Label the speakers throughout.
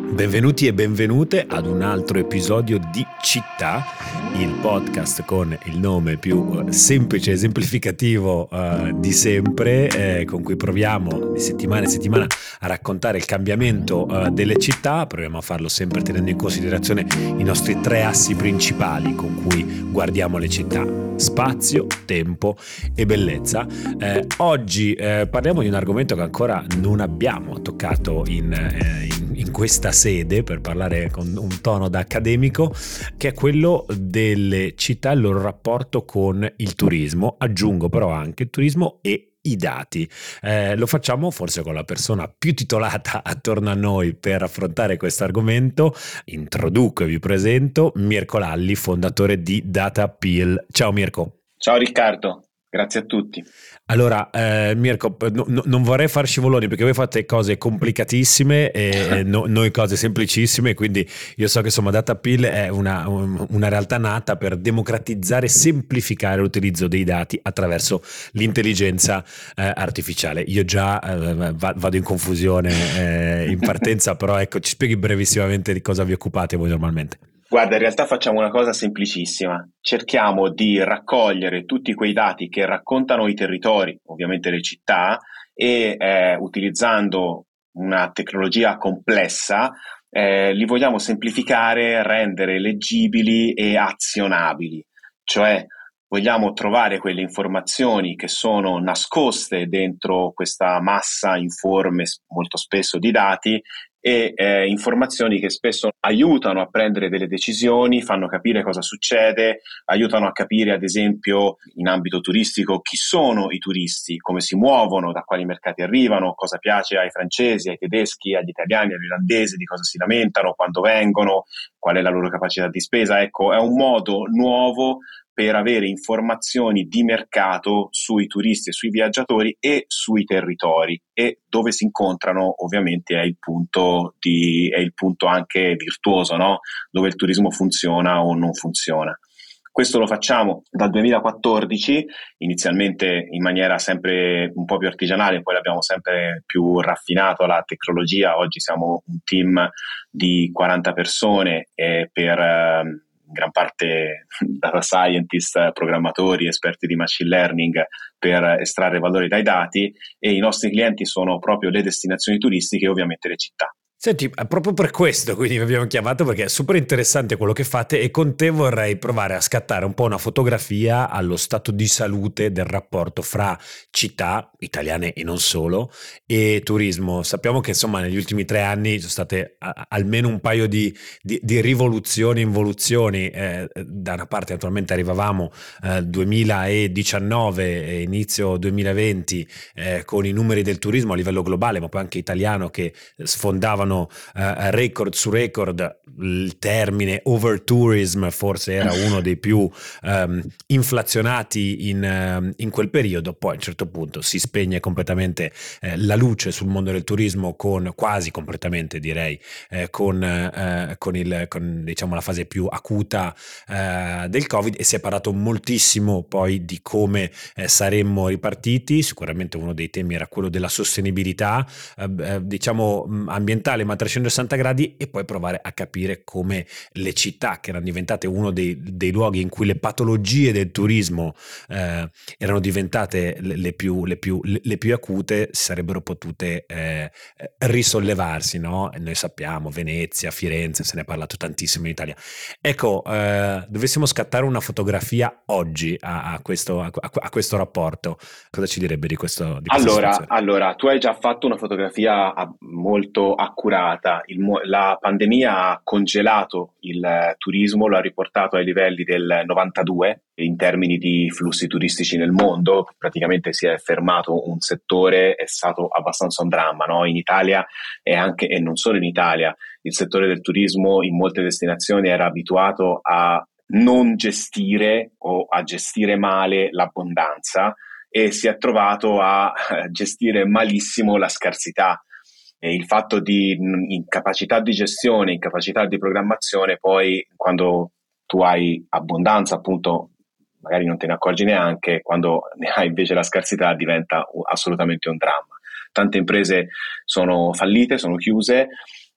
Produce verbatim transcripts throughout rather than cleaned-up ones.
Speaker 1: Benvenuti e benvenute ad un altro episodio di Città, il podcast con il nome più semplice e esemplificativo uh, di sempre, eh, con cui proviamo di settimana in settimana a raccontare il cambiamento uh, delle città. Proviamo a farlo sempre tenendo in considerazione i nostri tre assi principali con cui guardiamo le città: spazio, tempo e bellezza. Eh, oggi eh, parliamo di un argomento che ancora non abbiamo toccato in, eh, in, in questa sede, per parlare con un tono da accademico, che è quello delle città e il loro rapporto con il turismo. Aggiungo però anche il turismo e i dati. Eh, lo facciamo forse con la persona più titolata attorno a noi per affrontare questo argomento. Introduco e vi presento Mirko Lalli, fondatore di Dataappeal. Ciao Mirko.
Speaker 2: Ciao Riccardo, grazie a tutti.
Speaker 1: Allora, eh, Mirko, no, no, non vorrei far scivoloni perché voi fate cose complicatissime e no, noi cose semplicissime, quindi io so che insomma Dataappeal è una, una realtà nata per democratizzare e semplificare l'utilizzo dei dati attraverso l'intelligenza eh, artificiale. Io già eh, vado in confusione eh, in partenza, però ecco, ci spieghi brevissimamente di cosa vi occupate voi normalmente.
Speaker 2: Guarda, in realtà facciamo una cosa semplicissima. Cerchiamo di raccogliere tutti quei dati che raccontano i territori, ovviamente le città, e eh, utilizzando una tecnologia complessa eh, li vogliamo semplificare, rendere leggibili e azionabili. Cioè vogliamo trovare quelle informazioni che sono nascoste dentro questa massa informe molto spesso di dati e eh, informazioni che spesso aiutano a prendere delle decisioni, fanno capire cosa succede, aiutano a capire ad esempio in ambito turistico chi sono i turisti, come si muovono, da quali mercati arrivano, cosa piace ai francesi, ai tedeschi, agli italiani, agli olandesi, di cosa si lamentano, quando vengono, qual è la loro capacità di spesa. Ecco, è un modo nuovo per avere informazioni di mercato sui turisti e sui viaggiatori e sui territori, e dove si incontrano ovviamente è il punto di, è il punto anche virtuoso, no? Dove il turismo funziona o non funziona. Questo lo facciamo dal duemilaquattordici, inizialmente in maniera sempre un po' più artigianale, poi l'abbiamo sempre più raffinato la tecnologia. Oggi siamo un team di quaranta persone e per eh, gran parte data scientist, programmatori, esperti di machine learning per estrarre valore dai dati, e i nostri clienti sono proprio le destinazioni turistiche e ovviamente le città.
Speaker 1: Senti, proprio per questo quindi vi abbiamo chiamato, perché è super interessante quello che fate e con te vorrei provare a scattare un po' una fotografia allo stato di salute del rapporto fra città, italiane e non solo, e turismo. Sappiamo che insomma negli ultimi tre anni sono state a, almeno un paio di, di, di rivoluzioni, involuzioni. Eh, da una parte naturalmente arrivavamo eh, duemiladiciannove e inizio duemilaventi eh, con i numeri del turismo a livello globale, ma poi anche italiano, che sfondavano Uh, record su record. Il termine overtourism forse era uno dei più um, inflazionati in, uh, in quel periodo. Poi a un certo punto si spegne completamente eh, la luce sul mondo del turismo, con quasi completamente direi eh, con, uh, con, il, con diciamo la fase più acuta uh, del Covid, e si è parlato moltissimo poi di come eh, saremmo ripartiti. Sicuramente uno dei temi era quello della sostenibilità eh, diciamo ambientale, ma a trecentosessanta gradi, e poi provare a capire come le città, che erano diventate uno dei, dei luoghi in cui le patologie del turismo eh, erano diventate le, le, più, le, più, le, le più acute, sarebbero potute eh, risollevarsi, no? E noi sappiamo, Venezia, Firenze, se ne è parlato tantissimo in Italia. Ecco, eh, dovessimo scattare una fotografia oggi a, a, questo, a, a questo rapporto, cosa ci direbbe di questo? Di
Speaker 2: allora, allora, tu hai già fatto una fotografia molto accurata. Il, la pandemia ha congelato il turismo, lo ha riportato ai livelli del novantadue in termini di flussi turistici nel mondo. Praticamente si è fermato un settore, è stato abbastanza un dramma, no? In Italia e anche, e non solo in Italia, il settore del turismo in molte destinazioni era abituato a non gestire o a gestire male l'abbondanza, e si è trovato a gestire malissimo la scarsità. E il fatto di incapacità di gestione, incapacità di programmazione, poi quando tu hai abbondanza, appunto, magari non te ne accorgi neanche, quando ne hai invece la scarsità diventa assolutamente un dramma. Tante imprese sono fallite, sono chiuse,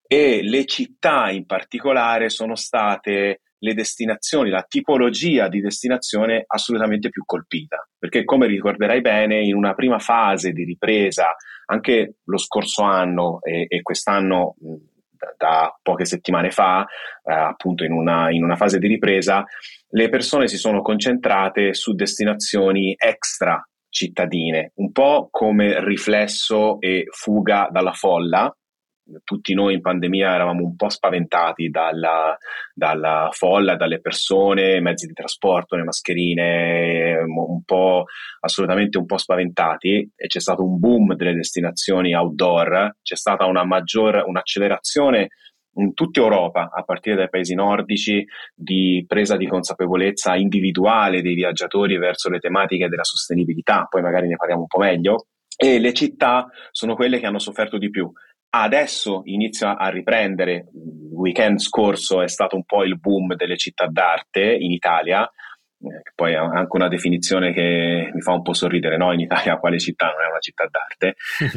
Speaker 2: e le città in particolare sono state le destinazioni, la tipologia di destinazione assolutamente più colpita, perché come ricorderai bene, in una prima fase di ripresa, anche lo scorso anno e, e quest'anno mh, da, da poche settimane fa, eh, appunto in una, in una fase di ripresa, le persone si sono concentrate su destinazioni extra cittadine, un po' come riflesso e fuga dalla folla. Tutti noi in pandemia eravamo un po' spaventati dalla, dalla folla, dalle persone, mezzi di trasporto, le mascherine, un po' assolutamente un po' spaventati, e c'è stato un boom delle destinazioni outdoor, c'è stata una maggior, un'accelerazione in tutta Europa, a partire dai paesi nordici, di presa di consapevolezza individuale dei viaggiatori verso le tematiche della sostenibilità, poi magari ne parliamo un po' meglio, e le città sono quelle che hanno sofferto di più. Adesso inizia a riprendere, il weekend scorso è stato un po' il boom delle città d'arte in Italia, eh, che poi è anche una definizione che mi fa un po' sorridere, no? In Italia quale città non è una città d'arte?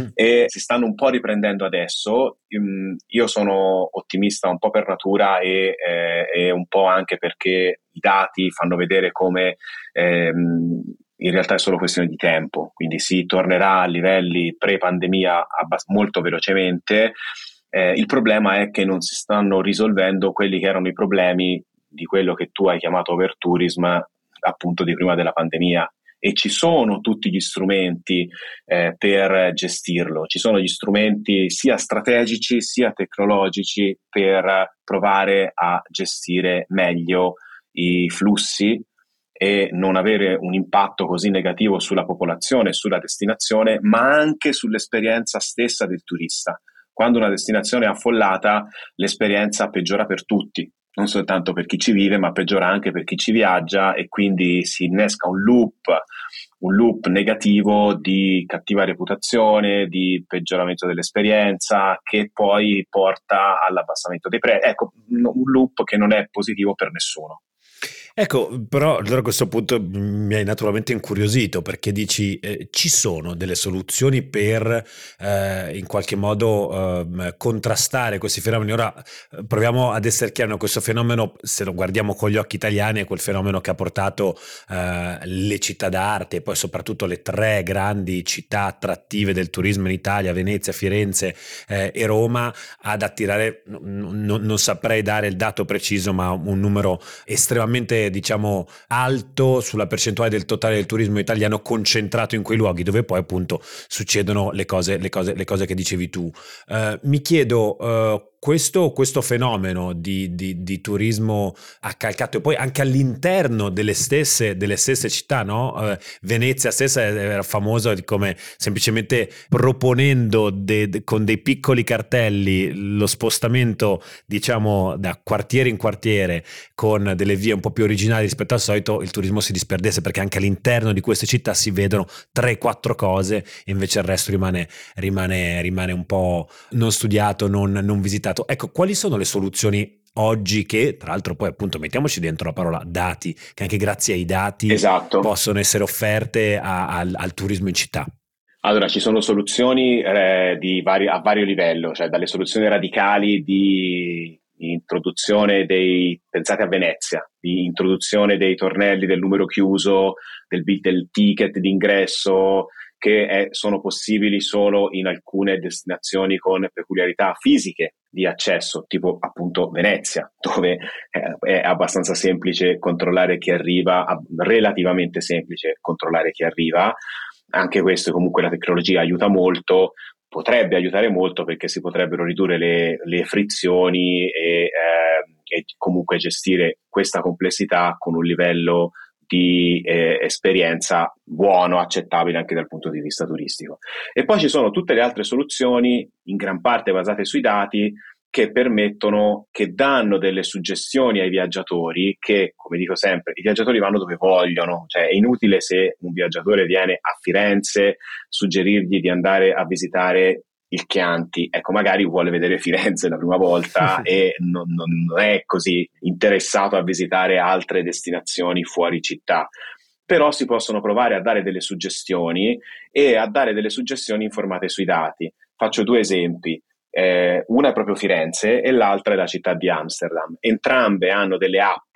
Speaker 2: E si stanno un po' riprendendo adesso. Io sono ottimista un po' per natura e, eh, e un po' anche perché i dati fanno vedere come ehm, in realtà è solo questione di tempo, quindi si tornerà a livelli pre-pandemia abbast- molto velocemente. Eh, il problema è che non si stanno risolvendo quelli che erano i problemi di quello che tu hai chiamato overtourism, appunto di prima della pandemia, e ci sono tutti gli strumenti eh, per gestirlo, ci sono gli strumenti sia strategici sia tecnologici per provare a gestire meglio i flussi e non avere un impatto così negativo sulla popolazione, sulla destinazione, ma anche sull'esperienza stessa del turista. Quando una destinazione è affollata, l'esperienza peggiora per tutti, non soltanto per chi ci vive, ma peggiora anche per chi ci viaggia, e quindi si innesca un loop, un loop negativo di cattiva reputazione, di peggioramento dell'esperienza, che poi porta all'abbassamento dei prezzi. Ecco, un loop che non è positivo per nessuno.
Speaker 1: Ecco, però allora a questo punto mi hai naturalmente incuriosito, perché dici eh, ci sono delle soluzioni per eh, in qualche modo eh, contrastare questi fenomeni. Ora eh, proviamo ad essere chiari, no? Questo fenomeno, se lo guardiamo con gli occhi italiani, è quel fenomeno che ha portato eh, le città d'arte e poi soprattutto le tre grandi città attrattive del turismo in Italia, Venezia, Firenze eh, e Roma, ad attirare, n- n- non saprei dare il dato preciso, ma un numero estremamente, diciamo, alto sulla percentuale del totale del turismo italiano concentrato in quei luoghi dove poi appunto succedono le cose, le cose, le cose che dicevi tu. Uh, mi chiedo, uh, questo, questo fenomeno di, di, di turismo accalcato e poi anche all'interno delle stesse, delle stesse città, no? Uh, Venezia stessa era famosa di come semplicemente proponendo de, de, con dei piccoli cartelli lo spostamento, diciamo, da quartiere in quartiere con delle vie un po' più originali rispetto al solito, il turismo si disperdesse, perché anche all'interno di queste città si vedono tre quattro cose e invece il resto rimane, rimane, rimane un po' non studiato, non, non visitato. Ecco, quali sono le soluzioni oggi che, tra l'altro, poi appunto mettiamoci dentro la parola dati, che anche grazie ai dati
Speaker 2: Esatto.
Speaker 1: possono essere offerte a, a, al turismo in città?
Speaker 2: Allora, ci sono soluzioni eh, di vari, a vario livello, cioè dalle soluzioni radicali di introduzione dei, pensate a Venezia, di introduzione dei tornelli del numero chiuso, del, del ticket d'ingresso, che è, sono possibili solo in alcune destinazioni con peculiarità fisiche di accesso, tipo appunto Venezia, dove eh, è abbastanza semplice controllare chi arriva, relativamente semplice controllare chi arriva. Anche questo, comunque, la tecnologia aiuta molto, potrebbe aiutare molto, perché si potrebbero ridurre le, le frizioni e, eh, e comunque gestire questa complessità con un livello di eh, esperienza buono, accettabile anche dal punto di vista turistico. E poi ci sono tutte le altre soluzioni, in gran parte basate sui dati, che permettono, che danno delle suggestioni ai viaggiatori, che, come dico sempre, i viaggiatori vanno dove vogliono, cioè è inutile, se un viaggiatore viene a Firenze, suggerirgli di andare a visitare il Chianti. Ecco, magari vuole vedere Firenze la prima volta e non, non, non è così interessato a visitare altre destinazioni fuori città. Però si possono provare a dare delle suggestioni, e a dare delle suggestioni informate sui dati. Faccio due esempi. Eh, una è proprio Firenze e l'altra è la città di Amsterdam. Entrambe hanno delle app.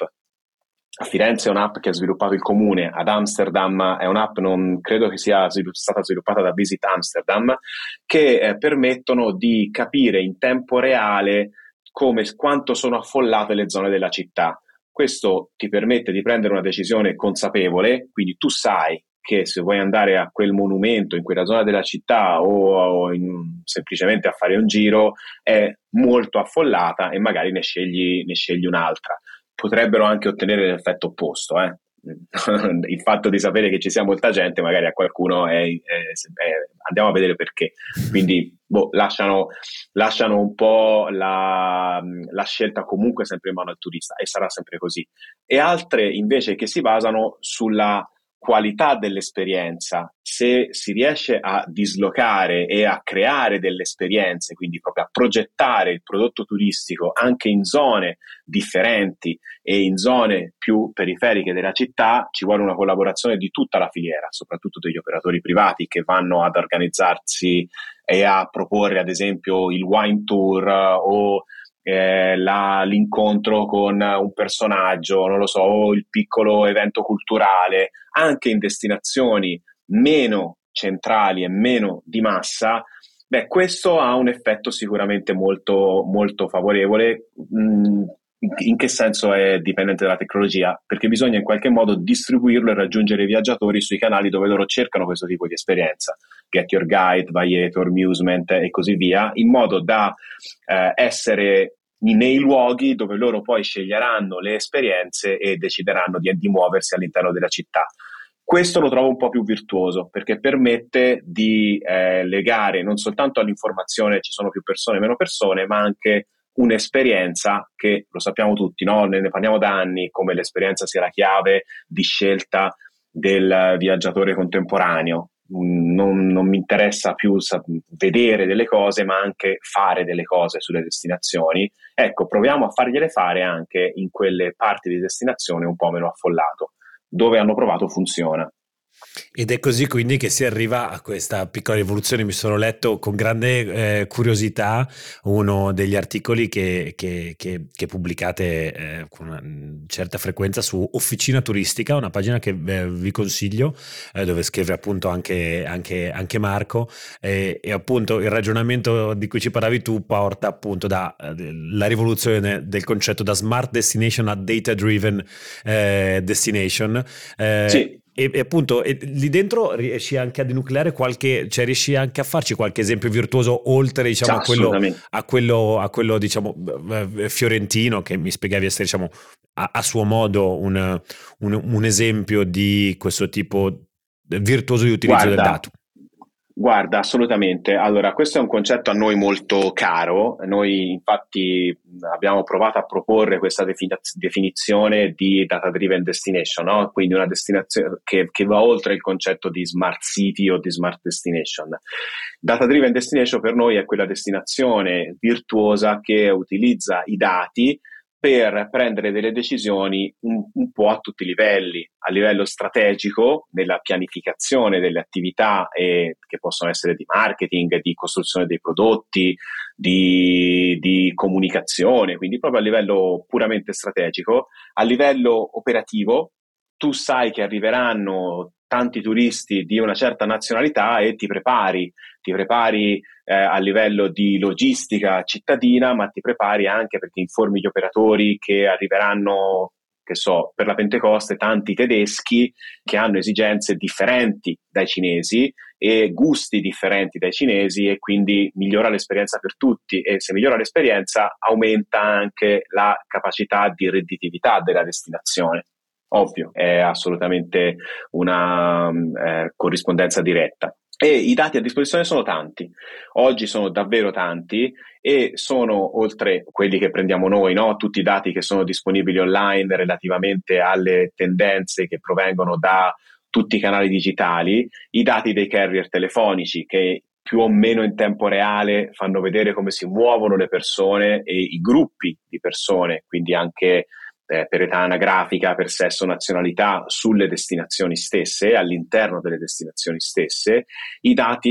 Speaker 2: A Firenze è un'app che ha sviluppato il comune, ad Amsterdam è un'app, non credo che sia svilupp- stata sviluppata da Visit Amsterdam, che eh, permettono di capire in tempo reale come, quanto sono affollate le zone della città. Questo ti permette di prendere una decisione consapevole, quindi tu sai che se vuoi andare a quel monumento in quella zona della città o, o in, semplicemente a fare un giro è molto affollata e magari ne scegli, ne scegli un'altra. Potrebbero anche ottenere l'effetto opposto, eh. Il fatto di sapere che ci sia molta gente magari a qualcuno è, è, è, andiamo a vedere perché, quindi boh, lasciano, lasciano un po' la, la scelta comunque sempre in mano al turista e sarà sempre così, e altre invece che si basano sulla qualità dell'esperienza. Se si riesce a dislocare e a creare delle esperienze, quindi proprio a progettare il prodotto turistico anche in zone differenti e in zone più periferiche della città, ci vuole una collaborazione di tutta la filiera, soprattutto degli operatori privati che vanno ad organizzarsi e a proporre ad esempio il wine tour o eh, la, l'incontro con un personaggio, non lo so, o il piccolo evento culturale, anche in destinazioni meno centrali e meno di massa. Beh, questo ha un effetto sicuramente molto, molto favorevole. Mm, in che senso è dipendente dalla tecnologia? Perché bisogna in qualche modo distribuirlo e raggiungere i viaggiatori sui canali dove loro cercano questo tipo di esperienza, Get Your Guide, Viator, Musement e così via, in modo da eh, essere nei luoghi dove loro poi sceglieranno le esperienze e decideranno di, di muoversi all'interno della città. Questo lo trovo un po' più virtuoso perché permette di eh, legare non soltanto all'informazione ci sono più persone, meno persone, ma anche un'esperienza che, lo sappiamo tutti, no? Ne, ne parliamo da anni, come l'esperienza sia la chiave di scelta del viaggiatore contemporaneo. Non, non mi interessa più sa- vedere delle cose, ma anche fare delle cose sulle destinazioni. Ecco, proviamo a fargliele fare anche in quelle parti di destinazione un po' meno affollato, dove hanno provato funziona.
Speaker 1: Ed è così quindi che si arriva a questa piccola rivoluzione. Mi sono letto con grande eh, curiosità uno degli articoli che, che, che, che pubblicate eh, con una certa frequenza su Officina Turistica, una pagina che eh, vi consiglio, eh, dove scrive appunto anche, anche, anche Marco, e, e appunto il ragionamento di cui ci parlavi tu porta appunto dalla rivoluzione del concetto da smart destination a data driven eh, destination. Eh,
Speaker 2: Sì,
Speaker 1: e, e appunto e lì dentro riesci anche a denucleare qualche, cioè riesci anche a farci qualche esempio virtuoso oltre diciamo a quello,
Speaker 2: assolutamente.
Speaker 1: a quello, a quello diciamo eh, fiorentino, che mi spiegavi essere diciamo a, a suo modo un, un, un esempio di questo tipo virtuoso di utilizzo del
Speaker 2: Guarda,
Speaker 1: dato.
Speaker 2: guarda, assolutamente. Allora, questo è un concetto a noi molto caro. Noi infatti abbiamo provato a proporre questa definaz- definizione di data-driven destination, no? Quindi una destinazione che, che va oltre il concetto di smart city o di smart destination. Data-driven destination per noi è quella destinazione virtuosa che utilizza i dati per prendere delle decisioni un, un po' a tutti i livelli, a livello strategico, nella pianificazione delle attività eh, che possono essere di marketing, di costruzione dei prodotti, di, di comunicazione, quindi proprio a livello puramente strategico. A livello operativo, tu sai che arriveranno tanti turisti di una certa nazionalità e ti prepari, ti prepari eh, a livello di logistica cittadina, ma ti prepari anche perché informi gli operatori che arriveranno, che so, per la Pentecoste tanti tedeschi che hanno esigenze differenti dai cinesi e gusti differenti dai cinesi, e quindi migliora l'esperienza per tutti, e se migliora l'esperienza aumenta anche la capacità di redditività della destinazione. Ovvio, è assolutamente una eh, corrispondenza diretta. E i dati a disposizione sono tanti, oggi sono davvero tanti, e sono, oltre quelli che prendiamo noi, no? Tutti i dati che sono disponibili online relativamente alle tendenze che provengono da tutti i canali digitali, i dati dei carrier telefonici che più o meno in tempo reale fanno vedere come si muovono le persone e i gruppi di persone, quindi anche eh, per età anagrafica, per sesso, nazionalità, sulle destinazioni stesse, all'interno delle destinazioni stesse. I dati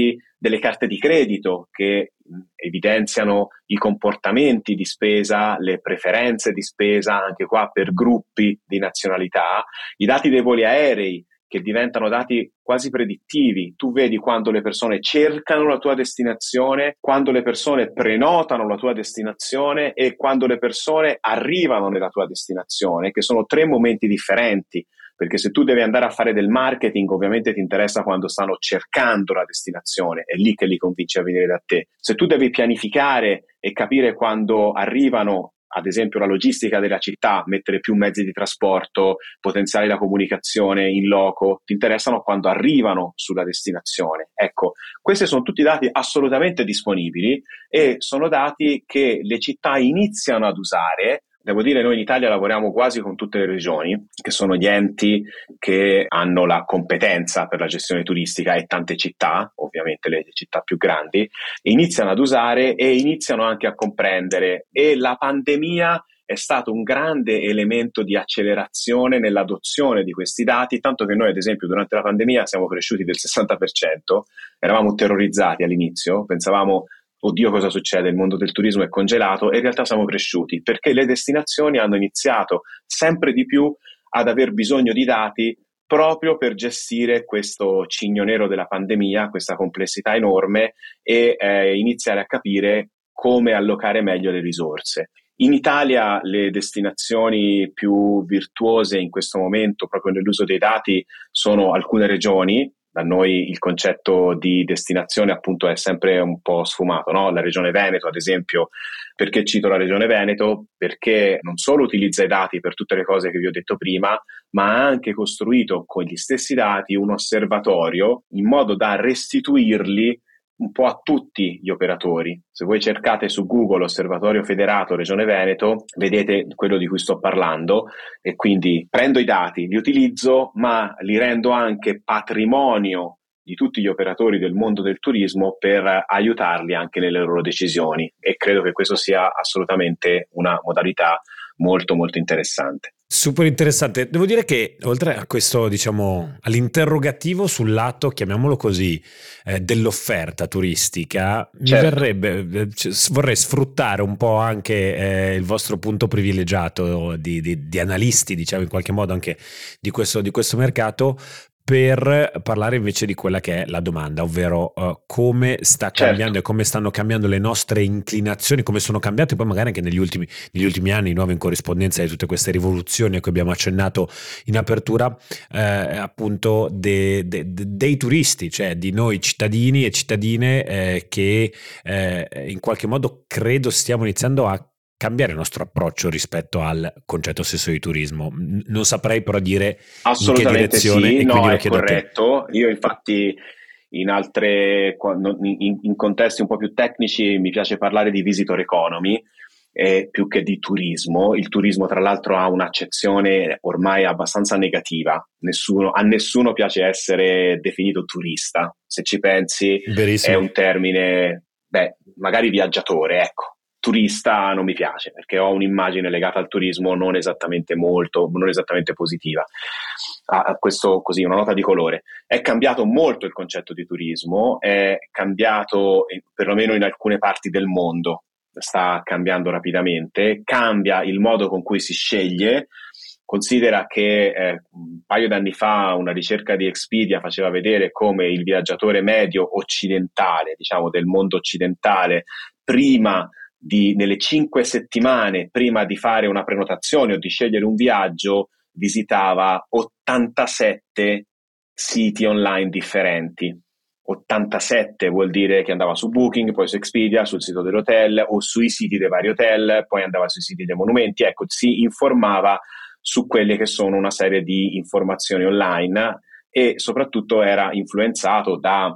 Speaker 2: delle carte di credito che evidenziano i comportamenti di spesa, le preferenze di spesa, anche qua per gruppi di nazionalità, i dati dei voli aerei che diventano dati quasi predittivi. Tu vedi quando le persone cercano la tua destinazione, quando le persone prenotano la tua destinazione e quando le persone arrivano nella tua destinazione, che sono tre momenti differenti. Perché se tu devi andare a fare del marketing, ovviamente ti interessa quando stanno cercando la destinazione, è lì che li convinci a venire da te. Se tu devi pianificare e capire quando arrivano, ad esempio la logistica della città, mettere più mezzi di trasporto, potenziare la comunicazione in loco, ti interessano quando arrivano sulla destinazione. Ecco, questi sono tutti dati assolutamente disponibili e sono dati che le città iniziano ad usare. Devo dire, noi in Italia lavoriamo quasi con tutte le regioni, che sono gli enti che hanno la competenza per la gestione turistica, e tante città, ovviamente le città più grandi, iniziano ad usare e iniziano anche a comprendere. E la pandemia è stato un grande elemento di accelerazione nell'adozione di questi dati, tanto che noi, ad esempio, durante la pandemia siamo cresciuti del sessanta per cento, eravamo terrorizzati all'inizio, pensavamo oddio cosa succede, il mondo del turismo è congelato, e in realtà siamo cresciuti perché le destinazioni hanno iniziato sempre di più ad aver bisogno di dati proprio per gestire questo cigno nero della pandemia, questa complessità enorme, e eh, iniziare a capire come allocare meglio le risorse. In Italia le destinazioni più virtuose in questo momento, proprio nell'uso dei dati, sono alcune regioni. Da noi il concetto di destinazione appunto è sempre un po' sfumato, no? La regione Veneto, ad esempio. Perché cito la regione Veneto? Perché non solo utilizza i dati per tutte le cose che vi ho detto prima, ma ha anche costruito con gli stessi dati un osservatorio in modo da restituirli un po' a tutti gli operatori. Se voi cercate su Google Osservatorio Federato Regione Veneto, vedete quello di cui sto parlando, e quindi prendo i dati, li utilizzo, ma li rendo anche patrimonio di tutti gli operatori del mondo del turismo per aiutarli anche nelle loro decisioni, e credo che questo sia assolutamente una modalità molto molto interessante.
Speaker 1: Super interessante. Devo dire che oltre a questo, diciamo, all'interrogativo sul lato, chiamiamolo così, eh, dell'offerta turistica, mi
Speaker 2: Certo.
Speaker 1: verrebbe, eh, vorrei sfruttare un po' anche eh, il vostro punto privilegiato di, di, di analisti, diciamo in qualche modo anche di questo, di questo mercato, per parlare invece di quella che è la domanda, ovvero uh, come sta cambiando, certo, e come stanno cambiando le nostre inclinazioni, come sono cambiate poi magari anche negli ultimi, negli ultimi anni, di nuovo in corrispondenza di tutte queste rivoluzioni a cui abbiamo accennato in apertura, eh, appunto de, de, de, dei turisti, cioè di noi cittadini e cittadine eh, che eh, in qualche modo credo stiamo iniziando a cambiare il nostro approccio rispetto al concetto stesso di turismo. Non saprei però dire in che direzione,
Speaker 2: sì,
Speaker 1: e
Speaker 2: no,
Speaker 1: quindi lo
Speaker 2: è
Speaker 1: chiedo a te.
Speaker 2: corretto. Io infatti in altre in, in contesti un po' più tecnici mi piace parlare di visitor economy eh, più che di turismo. Il turismo tra l'altro ha un'accezione ormai abbastanza negativa. Nessuno, a nessuno piace essere definito turista. Se ci pensi,
Speaker 1: Verissimo.
Speaker 2: è un termine, beh, magari viaggiatore, ecco. Turista non mi piace perché ho un'immagine legata al turismo non esattamente molto, non esattamente positiva. Ah, questo così, una nota di colore. È cambiato molto il concetto di turismo, è cambiato perlomeno in alcune parti del mondo, sta cambiando rapidamente, cambia il modo con cui si sceglie. Considera che eh, un paio d'anni fa una ricerca di Expedia faceva vedere come il viaggiatore medio occidentale, diciamo del mondo occidentale, prima Di, nelle cinque settimane prima di fare una prenotazione o di scegliere un viaggio, visitava ottantasette siti online differenti. ottantasette vuol dire che andava su Booking, poi su Expedia, sul sito dell'hotel o sui siti dei vari hotel, poi andava sui siti dei monumenti. Ecco, si informava su quelle che sono una serie di informazioni online, e soprattutto era influenzato da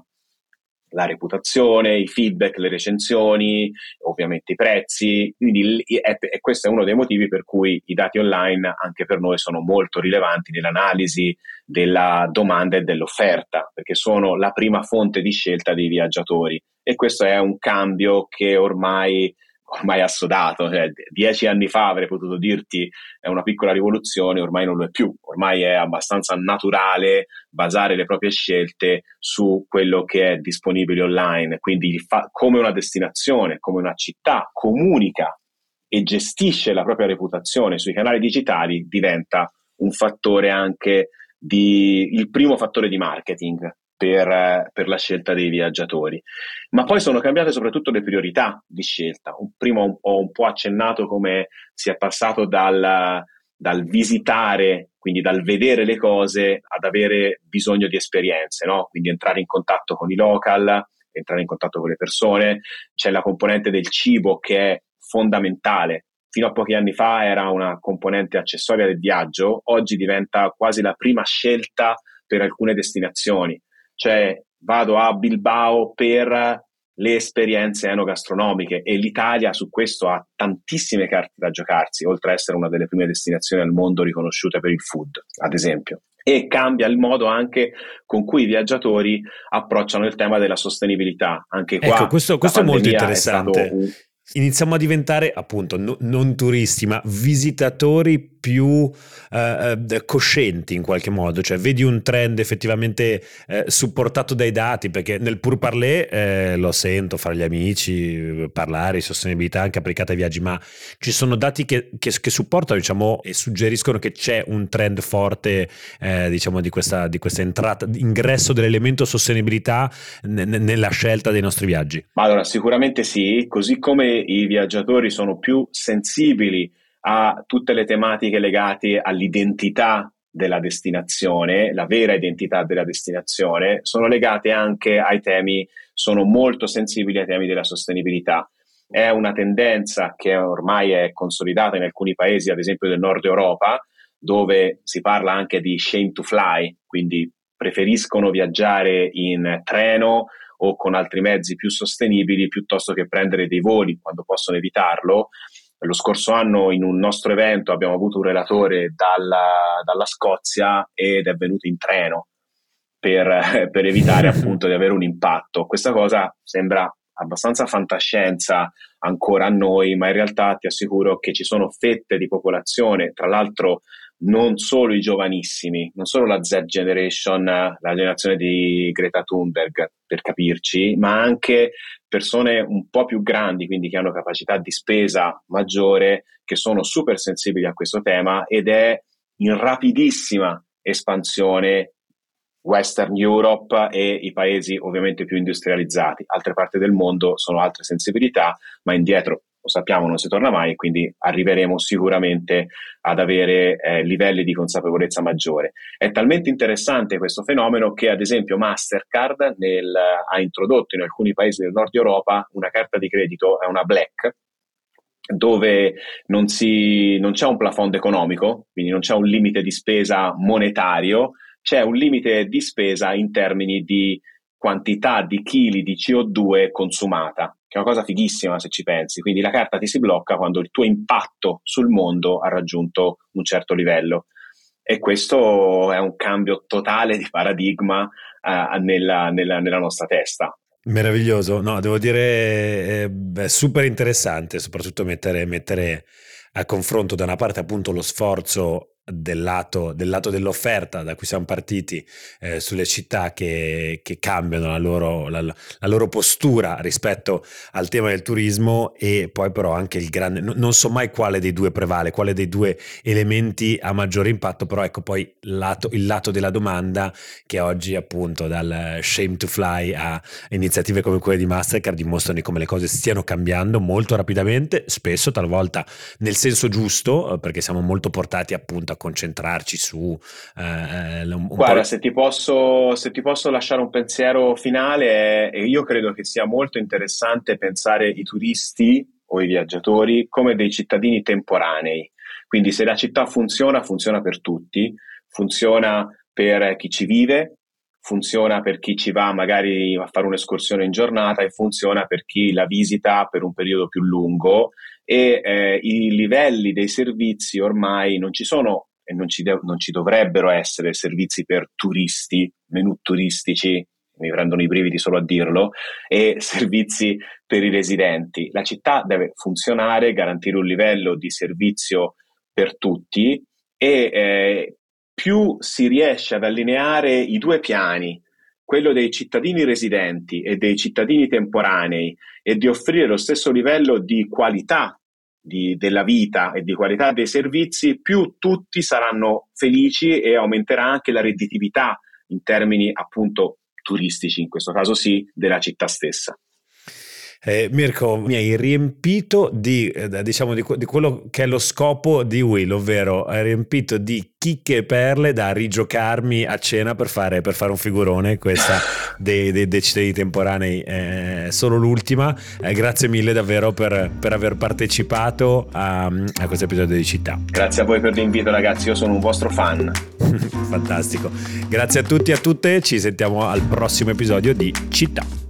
Speaker 2: la reputazione, i feedback, le recensioni, ovviamente i prezzi. Quindi è, è, questo è uno dei motivi per cui i dati online anche per noi sono molto rilevanti nell'analisi della domanda e dell'offerta, perché sono la prima fonte di scelta dei viaggiatori, e questo è un cambio che ormai ormai assodato, cioè, dieci anni fa avrei potuto dirti è una piccola rivoluzione, ormai non lo è più, ormai è abbastanza naturale basare le proprie scelte su quello che è disponibile online, quindi fa, come una destinazione, come una città comunica e gestisce la propria reputazione sui canali digitali diventa un fattore anche di, il primo fattore di marketing per, per la scelta dei viaggiatori. Ma poi sono cambiate soprattutto le priorità di scelta. Prima ho un po' accennato come si è passato dal, dal visitare, quindi dal vedere le cose, ad avere bisogno di esperienze, no? Quindi entrare in contatto con i local, entrare in contatto con le persone. C'è la componente del cibo che è fondamentale. Fino a pochi anni fa era una componente accessoria del viaggio, oggi diventa quasi la prima scelta per alcune destinazioni. Cioè vado a Bilbao per le esperienze enogastronomiche e l'Italia su questo ha tantissime carte da giocarsi, oltre a essere una delle prime destinazioni al mondo riconosciute per il food, ad esempio. E cambia il modo anche con cui i viaggiatori approcciano il tema della sostenibilità. Anche qua
Speaker 1: Ecco, questo,
Speaker 2: la
Speaker 1: questo è molto
Speaker 2: pandemia è stato
Speaker 1: interessante.
Speaker 2: un...
Speaker 1: Iniziamo a diventare appunto no, non turisti, ma visitatori più eh, eh, coscienti in qualche modo, cioè vedi un trend effettivamente eh, supportato dai dati, perché nel pur parler eh, lo sento fra gli amici parlare di sostenibilità anche applicata ai viaggi, ma ci sono dati che, che, che supportano, diciamo, e suggeriscono che c'è un trend forte eh, diciamo di questa, di questa entrata, ingresso dell'elemento sostenibilità n- n- nella scelta dei nostri viaggi.
Speaker 2: Ma allora, sicuramente sì, così come i viaggiatori sono più sensibili a tutte le tematiche legate all'identità della destinazione, la vera identità della destinazione, sono legate anche ai temi, sono molto sensibili ai temi della sostenibilità. È una tendenza che ormai è consolidata in alcuni paesi, ad esempio del nord Europa, dove si parla anche di shame to fly, quindi preferiscono viaggiare in treno o con altri mezzi più sostenibili piuttosto che prendere dei voli quando possono evitarlo. Lo scorso anno in un nostro evento abbiamo avuto un relatore dalla, dalla Scozia ed è venuto in treno per, per evitare appunto di avere un impatto. Questa cosa sembra abbastanza fantascienza ancora a noi, ma in realtà ti assicuro che ci sono fette di popolazione, tra l'altro non solo i giovanissimi, non solo la Z Generation, la generazione di Greta Thunberg, per capirci, ma anche persone un po' più grandi, quindi che hanno capacità di spesa maggiore, che sono super sensibili a questo tema ed è in rapidissima espansione Western Europe e i paesi ovviamente più industrializzati. Altre parti del mondo sono altre sensibilità, ma indietro, lo sappiamo, non si torna mai, quindi arriveremo sicuramente ad avere eh, livelli di consapevolezza maggiore. È talmente interessante questo fenomeno che ad esempio Mastercard nel, ha introdotto in alcuni paesi del nord Europa una carta di credito, è una Black, dove non, si, non c'è un plafond economico, quindi non c'è un limite di spesa monetario, c'è un limite di spesa in termini di quantità di chili di C O due consumata, che è una cosa fighissima se ci pensi. Quindi la carta ti si blocca quando il tuo impatto sul mondo ha raggiunto un certo livello. E questo è un cambio totale di paradigma eh, nella, nella, nella nostra testa.
Speaker 1: Meraviglioso, no, devo dire è, è super interessante, soprattutto mettere, mettere a confronto da una parte appunto lo sforzo del lato, del lato dell'offerta da cui siamo partiti eh, sulle città che, che cambiano la loro, la, la loro postura rispetto al tema del turismo, e poi però anche il grande, no, non so mai quale dei due prevale, quale dei due elementi ha maggiore impatto, però ecco poi il lato, il lato della domanda, che oggi appunto dal shame to fly a iniziative come quelle di Mastercard dimostrano come le cose stiano cambiando molto rapidamente, spesso talvolta nel senso giusto, perché siamo molto portati appunto a concentrarci su eh, un, un
Speaker 2: Guarda,
Speaker 1: po'.
Speaker 2: se ti posso, se ti posso lasciare un pensiero finale, eh, io credo che sia molto interessante pensare i turisti o i viaggiatori come dei cittadini temporanei. Quindi se la città funziona, funziona per tutti, funziona per chi ci vive, funziona per chi ci va magari a fare un'escursione in giornata e funziona per chi la visita per un periodo più lungo e eh, i livelli dei servizi ormai non ci sono e non ci, de- non ci dovrebbero essere servizi per turisti, menù turistici mi prendono i brividi solo a dirlo, e servizi per i residenti. La città deve funzionare, garantire un livello di servizio per tutti e eh, più si riesce ad allineare i due piani, quello dei cittadini residenti e dei cittadini temporanei, e di offrire lo stesso livello di qualità di, della vita e di qualità dei servizi, più tutti saranno felici e aumenterà anche la redditività in termini appunto turistici, in questo caso sì, della città stessa.
Speaker 1: Eh, Mirko, mi hai riempito di, eh, diciamo, di, di quello che è lo scopo di Will, ovvero hai riempito di chicche e perle da rigiocarmi a cena per fare, per fare un figurone. Questa dei, dei, dei cittadini temporanei è solo l'ultima. Eh, grazie mille davvero per, per aver partecipato a, a questo episodio di Città.
Speaker 2: Grazie a voi per l'invito, ragazzi, io sono un vostro fan.
Speaker 1: Fantastico. Grazie a tutti e a tutte, ci sentiamo al prossimo episodio di Città.